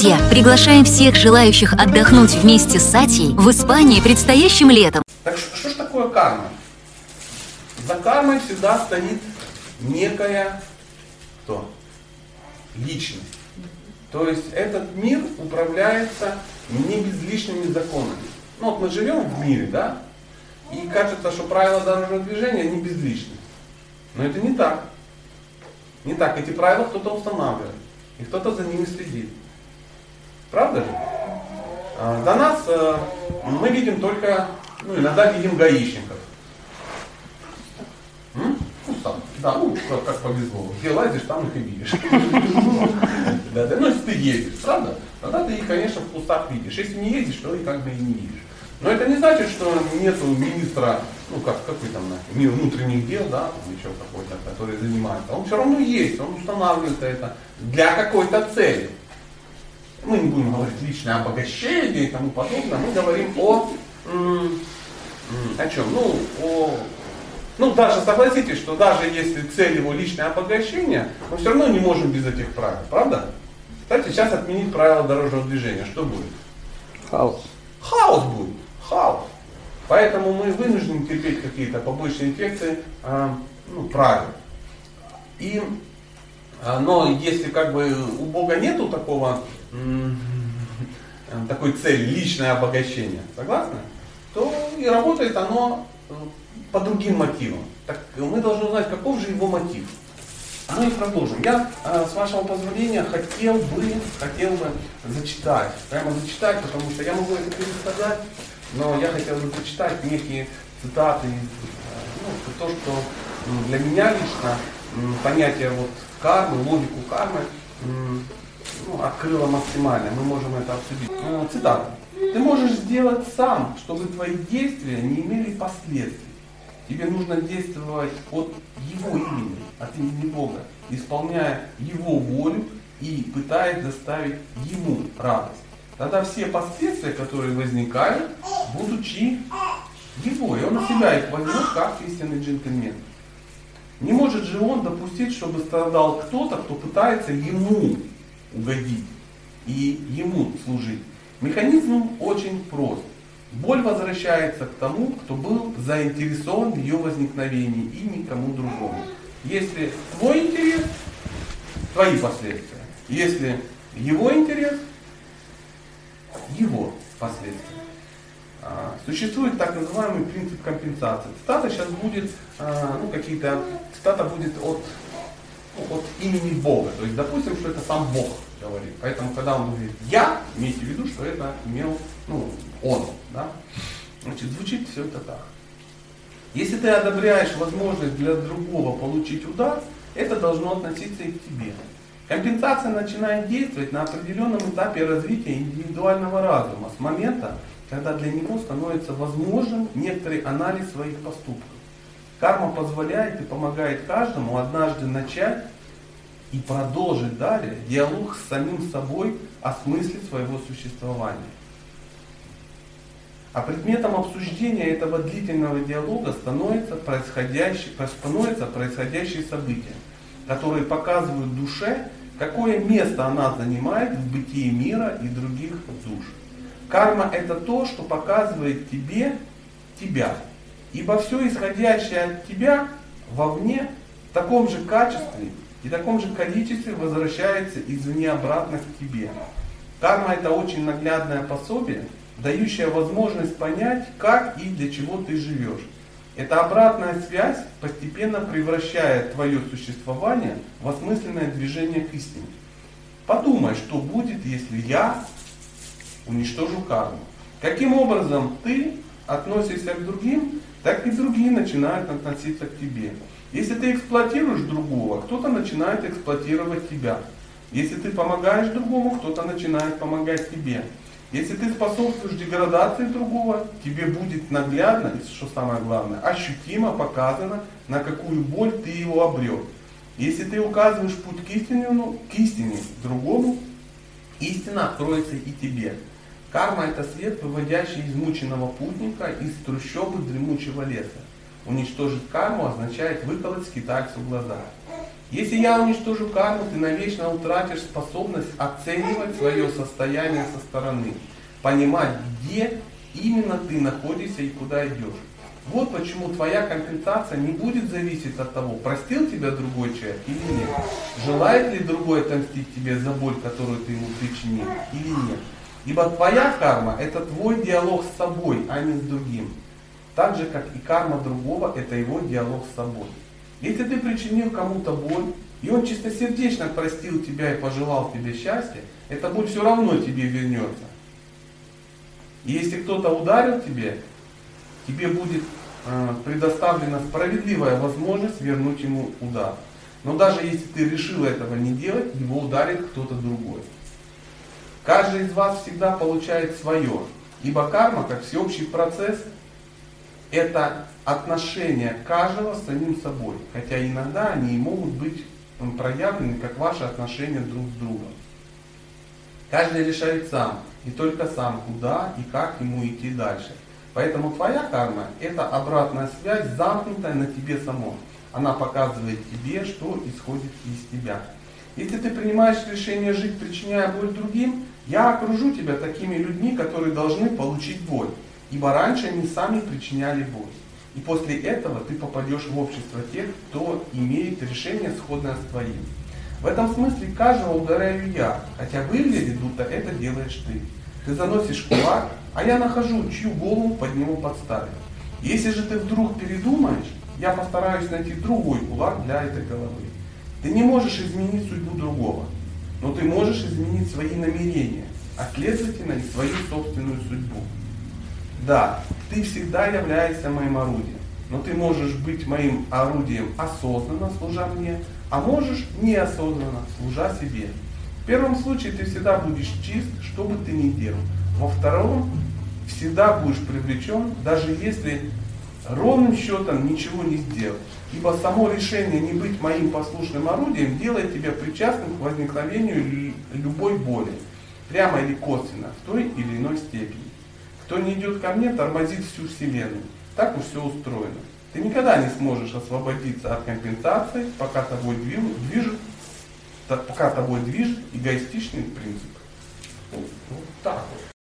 Друзья, приглашаем всех желающих отдохнуть вместе с Сатьей в Испании предстоящим летом. Так что ж такое карма? За кармой всегда стоит некая кто? Личность. То есть этот мир управляется не безличными законами. Ну вот мы живем в мире, да? И кажется, что правила дорожного движения не безличны. Но это не так. Не так. Эти правила кто-то устанавливает. И кто-то за ними следит. Правда же? До нас мы видим только, иногда видим гаишников. Да, как повезло. Где лазишь, там их и видишь. Ну, если ты ездишь, правда? Тогда ты их, конечно, в кустах видишь. Если не ездишь, то и как бы и не видишь. Но это не значит, что нету министра, какой там, внутренних дел, да, еще какой-то, который занимается. Он все равно есть, он устанавливает это для какой-то цели. Мы не будем говорить личное обогащение и тому подобное, мы говорим о чем? Даже согласитесь, что даже если цель его личное обогащение, мы все равно не можем без этих правил, правда? Кстати, сейчас отменить правила дорожного движения, что будет? Хаос. Хаос будет. Хаос. Поэтому мы вынуждены терпеть какие-то побочные эффекты правил. Но если у Бога нету такой цели, личное обогащение, согласны? То и работает оно по другим мотивам. Так мы должны узнать, каков же его мотив. Ну и продолжим. Я, с вашего позволения, хотел бы зачитать. Прямо зачитать, потому что я могу это пересказать, но я хотел бы зачитать некие цитаты, то, что для меня лично понятие кармы, логику кармы открыло максимально. Мы можем это обсудить. Цитата. Ты можешь сделать сам, чтобы твои действия не имели последствий. Тебе нужно действовать от Его имени, от имени Бога, исполняя Его волю и пытаясь доставить Ему радость. Тогда все последствия, которые возникают, будут Его, и Он на себя их возьмет, как истинный джентльмен. Не может же Он допустить, чтобы страдал кто-то, кто пытается Ему угодить и Ему служить. Механизм очень прост. Боль возвращается к тому, кто был заинтересован в ее возникновении, и никому другому. Если твой интерес, твои последствия. Если его интерес, его последствия. Существует так называемый принцип компенсации. Цитата сейчас будет, цитата будет от имени Бога. То есть, допустим, что это сам Бог говорит. Поэтому, когда он говорит «я», имейте в виду, что это имел, он. Да? Значит, звучит все это так. Если ты одобряешь возможность для другого получить удар, это должно относиться и к тебе. Компенсация начинает действовать на определенном этапе развития индивидуального разума с момента, когда для него становится возможным некоторый анализ своих поступков. Карма позволяет и помогает каждому однажды начать и продолжить далее диалог с самим собой о смысле своего существования. А предметом обсуждения этого длительного диалога становятся происходящие события, которые показывают душе, какое место она занимает в бытии мира и других душ. Карма — это то, что показывает тебе тебя. Ибо все исходящее от тебя вовне в таком же качестве и таком же количестве возвращается извне обратно к тебе. Карма — это очень наглядное пособие, дающее возможность понять, как и для чего ты живешь. Эта обратная связь постепенно превращает твое существование в осмысленное движение к истине. Подумай, что будет, если я уничтожу карму. Каким образом ты относишься к другим, так и другие начинают относиться к тебе. Если ты эксплуатируешь другого, кто-то начинает эксплуатировать тебя. Если ты помогаешь другому, кто-то начинает помогать тебе. Если ты способствуешь деградации другого, тебе будет наглядно, и что самое главное, ощутимо показано, на какую боль ты его обрел. Если ты указываешь путь к истине другому, истина откроется и тебе. Карма — это свет, выводящий измученного путника из трущобы дремучего леса. Уничтожить карму означает выколоть скитальцу глаза. Если я уничтожу карму, ты навечно утратишь способность оценивать свое состояние со стороны, понимать, где именно ты находишься и куда идешь. Вот почему твоя компенсация не будет зависеть от того, простил тебя другой человек или нет, желает ли другой отомстить тебе за боль, которую ты ему причинил или нет. Ибо твоя карма — это твой диалог с собой, а не с другим. Так же, как и карма другого — это его диалог с собой. Если ты причинил кому-то боль, и он чистосердечно простил тебя и пожелал тебе счастья, эта боль все равно тебе вернется. И если кто-то ударил тебя, тебе будет предоставлена справедливая возможность вернуть ему удар. Но даже если ты решил этого не делать, его ударит кто-то другой. Каждый из вас всегда получает свое, ибо карма, как всеобщий процесс, это отношения каждого с самим собой, хотя иногда они могут быть проявлены как ваши отношения друг с другом. Каждый решает сам, и только сам, куда и как ему идти дальше. Поэтому твоя карма — это обратная связь, замкнутая на тебе самом. Она показывает тебе, что исходит из тебя. Если ты принимаешь решение жить, причиняя боль другим, я окружу тебя такими людьми, которые должны получить боль. Ибо раньше они сами причиняли боль. И после этого ты попадешь в общество тех, кто имеет решение, сходное с твоим. В этом смысле каждого ударяю я, хотя выглядит, будто это делаешь ты. Ты заносишь кулак, а я нахожу, чью голову под него подставить. Если же ты вдруг передумаешь, я постараюсь найти другой кулак для этой головы. Ты не можешь изменить судьбу другого, но ты можешь изменить свои намерения, а следовательно и свою собственную судьбу. Да, ты всегда являешься моим орудием, но ты можешь быть моим орудием осознанно, служа мне, а можешь неосознанно, служа себе. В первом случае ты всегда будешь чист, что бы ты ни делал. Во втором всегда будешь привлечен, даже если ровным счетом ничего не сделал. Ибо само решение не быть моим послушным орудием делает тебя причастным к возникновению любой боли, прямо или косвенно, в той или иной степени. Кто не идет ко мне, тормозит всю Вселенную. Так уж все устроено. Ты никогда не сможешь освободиться от компенсации, пока тобой движет эгоистичный принцип. Вот так вот.